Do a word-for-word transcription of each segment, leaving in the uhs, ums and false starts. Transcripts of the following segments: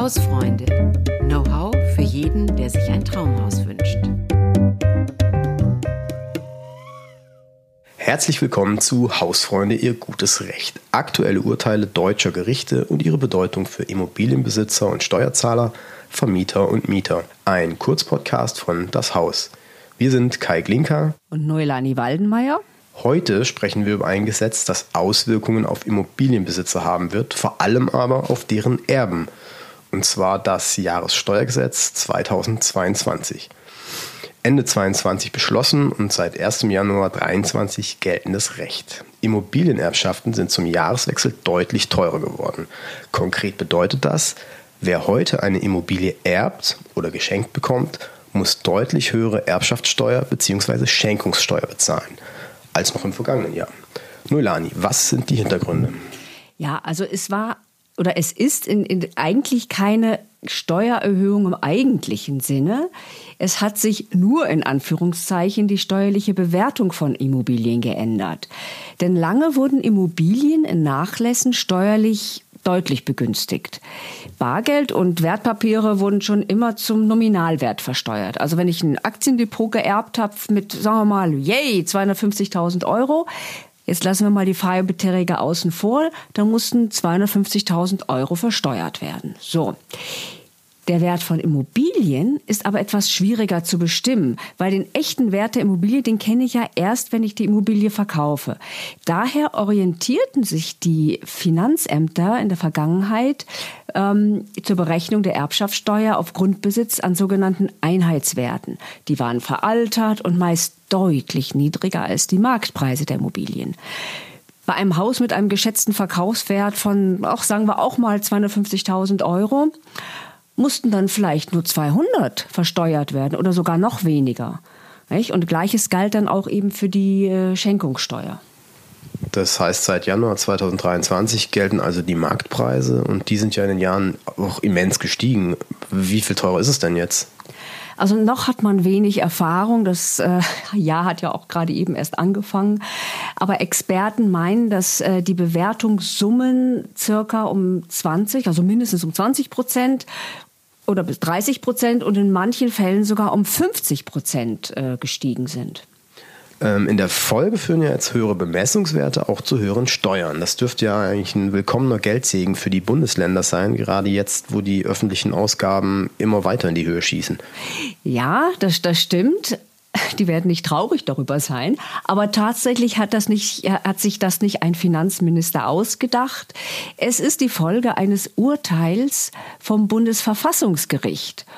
Hausfreunde. Know-how für jeden, der sich ein Traumhaus wünscht. Herzlich willkommen zu Hausfreunde, Ihr gutes Recht. Aktuelle Urteile deutscher Gerichte und ihre Bedeutung für Immobilienbesitzer und Steuerzahler, Vermieter und Mieter. Ein Kurzpodcast von Das Haus. Wir sind Kai Glinka und Neulani Waldenmeier. Heute sprechen wir über ein Gesetz, das Auswirkungen auf Immobilienbesitzer haben wird, vor allem aber auf deren Erben. Und zwar das Jahressteuergesetz zweitausendzweiundzwanzig. Ende zweiundzwanzig beschlossen und seit ersten Januar dreiundzwanzig geltendes Recht. Immobilienerbschaften sind zum Jahreswechsel deutlich teurer geworden. Konkret bedeutet das, wer heute eine Immobilie erbt oder geschenkt bekommt, muss deutlich höhere Erbschaftssteuer bzw. Schenkungssteuer bezahlen als noch im vergangenen Jahr. Neulani, was sind die Hintergründe? Ja, also es war oder es ist in, in eigentlich keine Steuererhöhung im eigentlichen Sinne. Es hat sich nur in Anführungszeichen die steuerliche Bewertung von Immobilien geändert. Denn lange wurden Immobilien in Nachlässen steuerlich deutlich begünstigt. Bargeld und Wertpapiere wurden schon immer zum Nominalwert versteuert. Also wenn ich ein Aktiendepot geerbt habe mit, sagen wir mal, yay, zweihundertfünfzigtausend Euro, jetzt lassen wir mal die Freibeträge außen vor, dann mussten zweihundertfünfzigtausend Euro versteuert werden. So. Der Wert von Immobilien ist aber etwas schwieriger zu bestimmen, weil den echten Wert der Immobilie, den kenne ich ja erst, wenn ich die Immobilie verkaufe. Daher orientierten sich die Finanzämter in der Vergangenheit ähm, zur Berechnung der Erbschaftssteuer auf Grundbesitz an sogenannten Einheitswerten. Die waren veraltert und meist deutlich niedriger als die Marktpreise der Immobilien. Bei einem Haus mit einem geschätzten Verkaufswert von, auch sagen wir auch mal zweihundertfünfzigtausend Euro, mussten dann vielleicht nur zweihundert versteuert werden oder sogar noch weniger. Und Gleiches galt dann auch eben für die Schenkungssteuer. Das heißt, seit Januar zweitausenddreiundzwanzig gelten also die Marktpreise und die sind ja in den Jahren auch immens gestiegen. Wie viel teurer ist es denn jetzt? Also noch hat man wenig Erfahrung. Das äh, Jahr hat ja auch gerade eben erst angefangen. Aber Experten meinen, dass äh, die Bewertungssummen circa um zwanzig, also mindestens um zwanzig Prozent oder bis dreißig Prozent und in manchen Fällen sogar um fünfzig Prozent äh, gestiegen sind. Ähm, in der Folge führen ja jetzt höhere Bemessungswerte auch zu höheren Steuern. Das dürfte ja eigentlich ein willkommener Geldsegen für die Bundesländer sein, gerade jetzt, wo die öffentlichen Ausgaben immer weiter in die Höhe schießen. Ja, das, das stimmt. Die werden nicht traurig darüber sein. Aber tatsächlich hat, das nicht, hat sich das nicht ein Finanzminister ausgedacht. Es ist die Folge eines Urteils vom Bundesverfassungsgericht.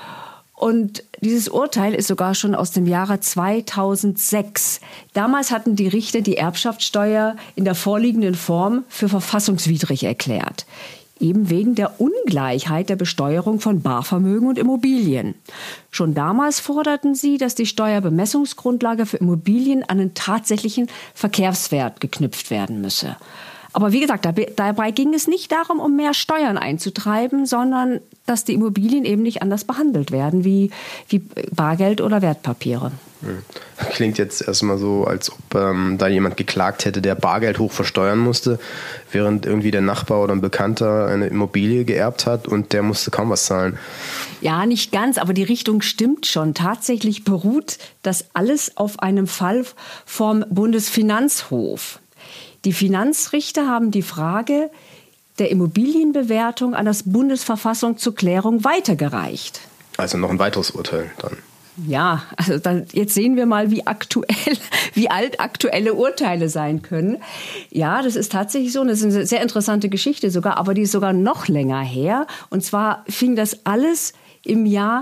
Und dieses Urteil ist sogar schon aus dem Jahre zweitausendsechs. Damals hatten die Richter die Erbschaftssteuer in der vorliegenden Form für verfassungswidrig erklärt. Eben wegen der Ungleichheit der Besteuerung von Barvermögen und Immobilien. Schon damals forderten sie, dass die Steuerbemessungsgrundlage für Immobilien an einen tatsächlichen Verkehrswert geknüpft werden müsse. Aber wie gesagt, dabei ging es nicht darum, um mehr Steuern einzutreiben, sondern dass die Immobilien eben nicht anders behandelt werden wie, wie Bargeld oder Wertpapiere. Klingt jetzt erstmal so, als ob ähm, da jemand geklagt hätte, der Bargeld hoch versteuern musste, während irgendwie der Nachbar oder ein Bekannter eine Immobilie geerbt hat und der musste kaum was zahlen. Ja, nicht ganz, aber die Richtung stimmt schon. Tatsächlich beruht das alles auf einem Fall vom Bundesfinanzhof. Die Finanzrichter haben die Frage der Immobilienbewertung an das Bundesverfassung zur Klärung weitergereicht. Also noch ein weiteres Urteil dann. Ja, also dann, jetzt sehen wir mal, wie aktuell, wie alt aktuelle Urteile sein können. Ja, das ist tatsächlich so. Das ist eine sehr interessante Geschichte sogar, aber die ist sogar noch länger her. Und zwar fing das alles im Jahr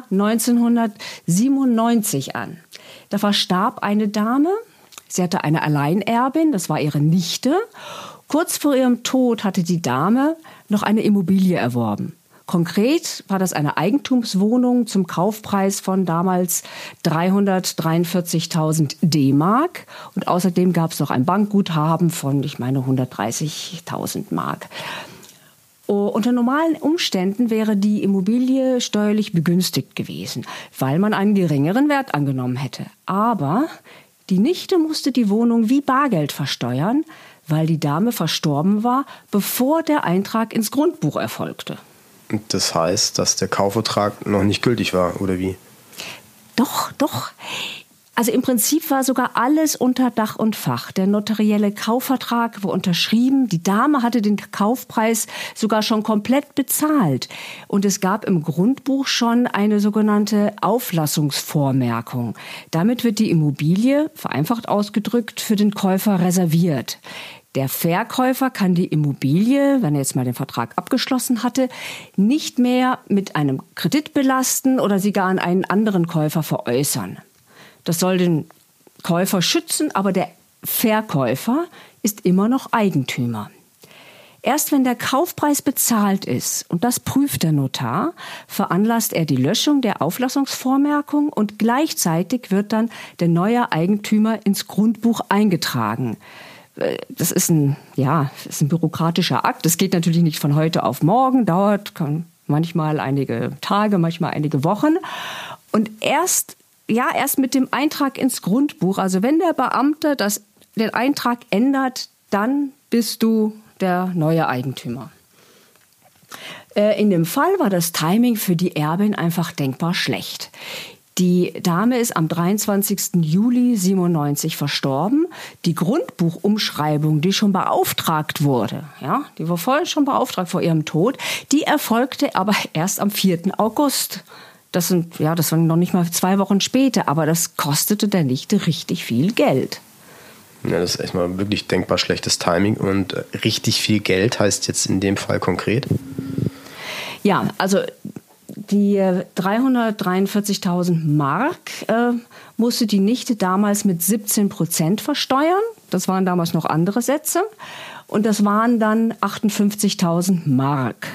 neunzehnhundertsiebenundneunzig an. Da verstarb eine Dame. Sie hatte eine Alleinerbin, das war ihre Nichte. Kurz vor ihrem Tod hatte die Dame noch eine Immobilie erworben. Konkret war das eine Eigentumswohnung zum Kaufpreis von damals dreihundertdreiundvierzigtausend D-Mark. Und außerdem gab es noch ein Bankguthaben von, ich meine, hundertdreißigtausend Mark. Oh, unter normalen Umständen wäre die Immobilie steuerlich begünstigt gewesen, weil man einen geringeren Wert angenommen hätte. Aber die Nichte musste die Wohnung wie Bargeld versteuern, weil die Dame verstorben war, bevor der Eintrag ins Grundbuch erfolgte. Das heißt, dass der Kaufvertrag noch nicht gültig war, oder wie? Doch, doch. Also im Prinzip war sogar alles unter Dach und Fach. Der notarielle Kaufvertrag war unterschrieben. Die Dame hatte den Kaufpreis sogar schon komplett bezahlt. Und es gab im Grundbuch schon eine sogenannte Auflassungsvormerkung. Damit wird die Immobilie, vereinfacht ausgedrückt, für den Käufer reserviert. Der Verkäufer kann die Immobilie, wenn er jetzt mal den Vertrag abgeschlossen hatte, nicht mehr mit einem Kredit belasten oder sie gar an einen anderen Käufer veräußern. Das soll den Käufer schützen, aber der Verkäufer ist immer noch Eigentümer. Erst wenn der Kaufpreis bezahlt ist, und das prüft der Notar, veranlasst er die Löschung der Auflassungsvormerkung und gleichzeitig wird dann der neue Eigentümer ins Grundbuch eingetragen. Das ist ein, ja, das ist ein bürokratischer Akt. Das geht natürlich nicht von heute auf morgen, dauert kann manchmal einige Tage, manchmal einige Wochen. Und erst Ja, erst mit dem Eintrag ins Grundbuch. Also wenn der Beamte das, den Eintrag ändert, dann bist du der neue Eigentümer. Äh, in dem Fall war das Timing für die Erbin einfach denkbar schlecht. Die Dame ist am dreiundzwanzigsten Juli siebenundneunzig verstorben. Die Grundbuchumschreibung, die schon beauftragt wurde, ja, die war vorher schon beauftragt vor ihrem Tod, die erfolgte aber erst am vierten August. Das sind, ja, das waren noch nicht mal zwei Wochen später, aber das kostete der Nichte richtig viel Geld. Ja, das ist erstmal wirklich denkbar schlechtes Timing. Und richtig viel Geld heißt jetzt in dem Fall konkret? Ja, also die dreihundertdreiundvierzigtausend Mark äh, musste die Nichte damals mit siebzehn Prozent versteuern. Das waren damals noch andere Sätze. Und das waren dann achtundfünfzigtausend Mark.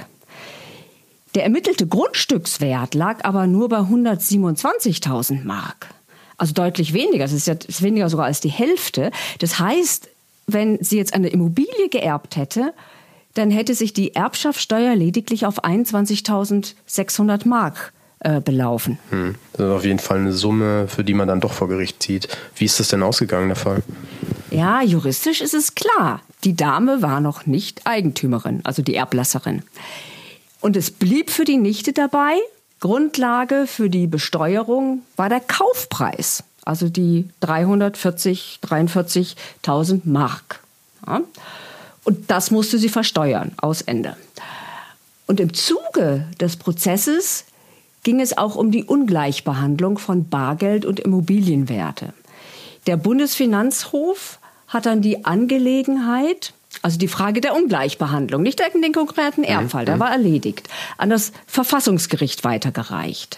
Der ermittelte Grundstückswert lag aber nur bei hundertsiebenundzwanzigtausend Mark. Also deutlich weniger. Das ist ja das ist weniger sogar als die Hälfte. Das heißt, wenn sie jetzt eine Immobilie geerbt hätte, dann hätte sich die Erbschaftssteuer lediglich auf einundzwanzigtausendsechshundert Mark äh, belaufen. Hm. Das ist auf jeden Fall eine Summe, für die man dann doch vor Gericht zieht. Wie ist das denn ausgegangen, der Fall? Ja, juristisch ist es klar. Die Dame war noch nicht Eigentümerin, also die Erblasserin. Und es blieb für die Nichte dabei, Grundlage für die Besteuerung war der Kaufpreis, also die dreihundertvierzig, dreiundvierzigtausend Mark. Ja? Und das musste sie versteuern, aus Ende. Und im Zuge des Prozesses ging es auch um die Ungleichbehandlung von Bargeld und Immobilienwerte. Der Bundesfinanzhof hat dann die Angelegenheit, also die Frage der Ungleichbehandlung, nicht den konkreten Erbfall, der war erledigt, an das Verfassungsgericht weitergereicht.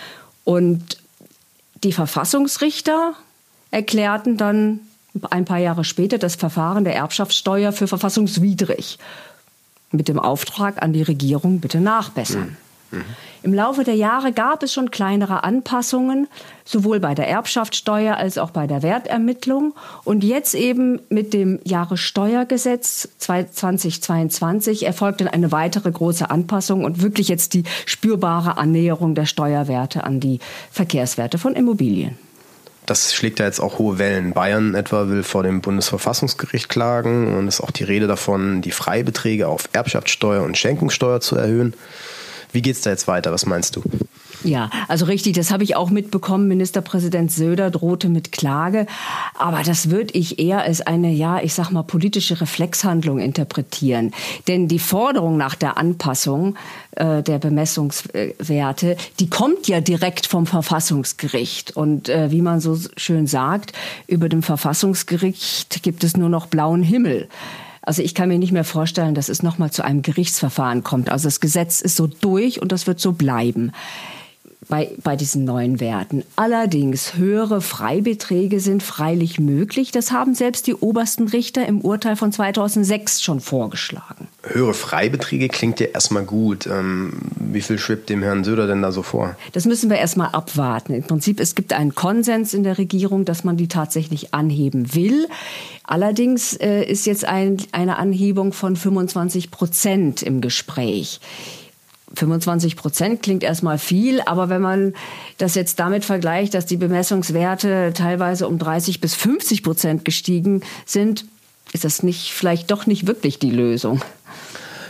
Und die Verfassungsrichter erklärten dann ein paar Jahre später das Verfahren der Erbschaftssteuer für verfassungswidrig. Mit dem Auftrag an die Regierung, bitte nachbessern. Mhm. Im Laufe der Jahre gab es schon kleinere Anpassungen, sowohl bei der Erbschaftssteuer als auch bei der Wertermittlung. Und jetzt eben mit dem Jahressteuergesetz zweitausendzweiundzwanzig erfolgt dann eine weitere große Anpassung und wirklich jetzt die spürbare Annäherung der Steuerwerte an die Verkehrswerte von Immobilien. Das schlägt ja jetzt auch hohe Wellen. Bayern etwa will vor dem Bundesverfassungsgericht klagen und es ist auch die Rede davon, die Freibeträge auf Erbschaftssteuer und Schenkungssteuer zu erhöhen. Wie geht's da jetzt weiter? Was meinst du? Ja, also richtig, das habe ich auch mitbekommen. Ministerpräsident Söder drohte mit Klage. Aber das würde ich eher als eine, ja, ich sag mal, politische Reflexhandlung interpretieren. Denn die Forderung nach der Anpassung äh, der Bemessungswerte, die kommt ja direkt vom Verfassungsgericht. Und äh, wie man so schön sagt, über dem Verfassungsgericht gibt es nur noch blauen Himmel. Also ich kann mir nicht mehr vorstellen, dass es nochmal zu einem Gerichtsverfahren kommt. Also das Gesetz ist so durch und das wird so bleiben bei, bei diesen neuen Werten. Allerdings höhere Freibeträge sind freilich möglich. Das haben selbst die obersten Richter im Urteil von zweitausendsechs schon vorgeschlagen. Höhere Freibeträge klingt ja erstmal gut. Ähm, wie viel schwebt dem Herrn Söder denn da so vor? Das müssen wir erstmal abwarten. Im Prinzip, es gibt einen Konsens in der Regierung, dass man die tatsächlich anheben will. Allerdings äh, ist jetzt ein, eine Anhebung von fünfundzwanzig Prozent im Gespräch. fünfundzwanzig Prozent klingt erstmal viel, aber wenn man das jetzt damit vergleicht, dass die Bemessungswerte teilweise um dreißig bis fünfzig Prozent gestiegen sind, ist das nicht, vielleicht doch nicht wirklich die Lösung.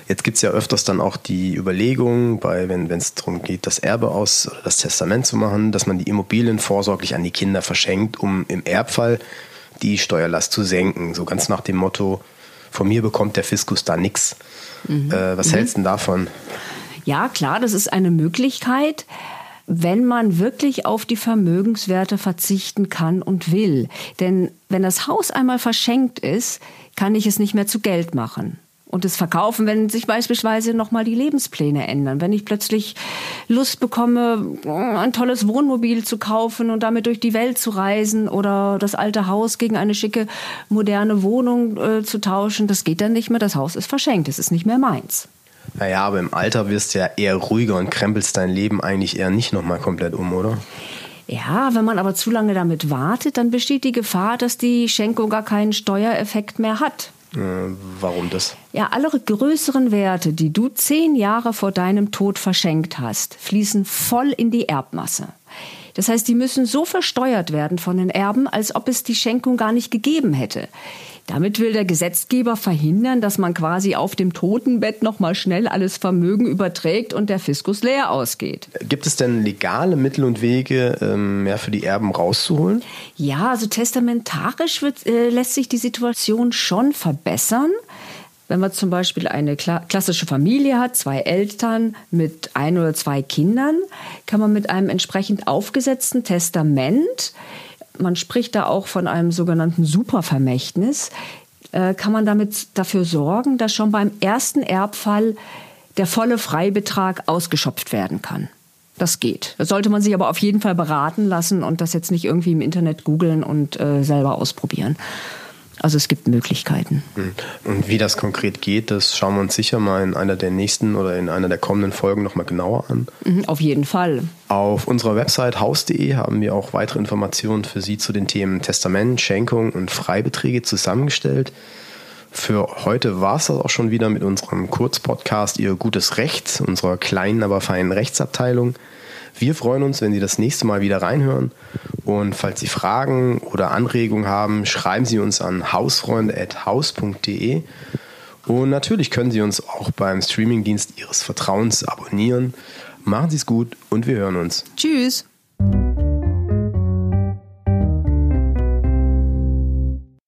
Jetzt gibt es ja öfters dann auch die Überlegung, bei, wenn es darum geht, das Erbe aus oder das Testament zu machen, dass man die Immobilien vorsorglich an die Kinder verschenkt, um im Erbfall die Steuerlast zu senken. So ganz nach dem Motto, von mir bekommt der Fiskus da nichts. Mhm. Äh, was mhm. hältst du denn davon? Ja, klar, das ist eine Möglichkeit, wenn man wirklich auf die Vermögenswerte verzichten kann und will. Denn wenn das Haus einmal verschenkt ist, kann ich es nicht mehr zu Geld machen. Und es verkaufen, wenn sich beispielsweise nochmal die Lebenspläne ändern. Wenn ich plötzlich Lust bekomme, ein tolles Wohnmobil zu kaufen und damit durch die Welt zu reisen oder das alte Haus gegen eine schicke, moderne Wohnung äh, zu tauschen, das geht dann nicht mehr. Das Haus ist verschenkt, es ist nicht mehr meins. Naja, aber im Alter wirst du ja eher ruhiger und krempelst dein Leben eigentlich eher nicht nochmal komplett um, oder? Ja, wenn man aber zu lange damit wartet, dann besteht die Gefahr, dass die Schenkung gar keinen Steuereffekt mehr hat. Äh, warum das? Ja, alle größeren Werte, die du zehn Jahre vor deinem Tod verschenkt hast, fließen voll in die Erbmasse. Das heißt, die müssen so versteuert werden von den Erben, als ob es die Schenkung gar nicht gegeben hätte. Damit will der Gesetzgeber verhindern, dass man quasi auf dem Totenbett noch mal schnell alles Vermögen überträgt und der Fiskus leer ausgeht. Gibt es denn legale Mittel und Wege, ähm, mehr für die Erben rauszuholen? Ja, also testamentarisch wird, äh, lässt sich die Situation schon verbessern. Wenn man zum Beispiel eine kla- klassische Familie hat, zwei Eltern mit ein oder zwei Kindern, kann man mit einem entsprechend aufgesetzten Testament, man spricht da auch von einem sogenannten Supervermächtnis, äh, kann man damit dafür sorgen, dass schon beim ersten Erbfall der volle Freibetrag ausgeschöpft werden kann. Das geht. Das sollte man sich aber auf jeden Fall beraten lassen und das jetzt nicht irgendwie im Internet googeln und äh, selber ausprobieren. Also es gibt Möglichkeiten. Und wie das konkret geht, das schauen wir uns sicher mal in einer der nächsten oder in einer der kommenden Folgen nochmal genauer an. Auf jeden Fall. Auf unserer Website haus punkt de haben wir auch weitere Informationen für Sie zu den Themen Testament, Schenkung und Freibeträge zusammengestellt. Für heute war es das auch schon wieder mit unserem Kurzpodcast Ihr gutes Recht, unserer kleinen, aber feinen Rechtsabteilung. Wir freuen uns, wenn Sie das nächste Mal wieder reinhören. Und falls Sie Fragen oder Anregungen haben, schreiben Sie uns an hausfreunde at haus punkt de. Und natürlich können Sie uns auch beim Streamingdienst Ihres Vertrauens abonnieren. Machen Sie es gut und wir hören uns. Tschüss.